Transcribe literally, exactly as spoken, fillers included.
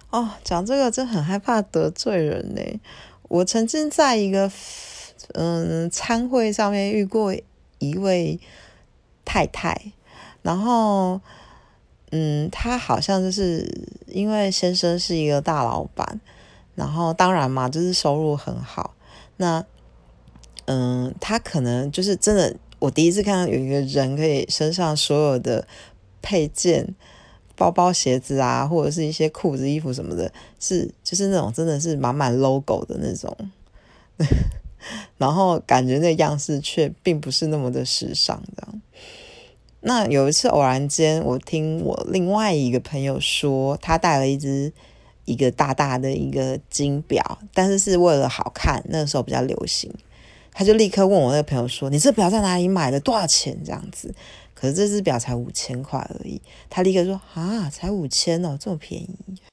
哦，讲这个真很害怕得罪人呢。我曾经在一个嗯餐会上面遇过一位太太，然后嗯，她好像就是因为先生是一个大老板，然后当然嘛，就是收入很好。那嗯，她可能就是真的，我第一次看到有一个人可以身上所有的配件。包包、鞋子啊，或者是一些裤子、衣服什么的，是就是那种真的是满满 logo 的那种，然后感觉那样式却并不是那么的时尚这样。那有一次偶然间，我听我另外一个朋友说，他带了一只一个大大的一个金表，但是是为了好看，那个时候比较流行。他就立刻问我那个朋友说：“你这表在哪里买的？多少钱？”这样子。可是这只表才五千块而已，他立刻说：“啊，才五千哦，这么便宜。”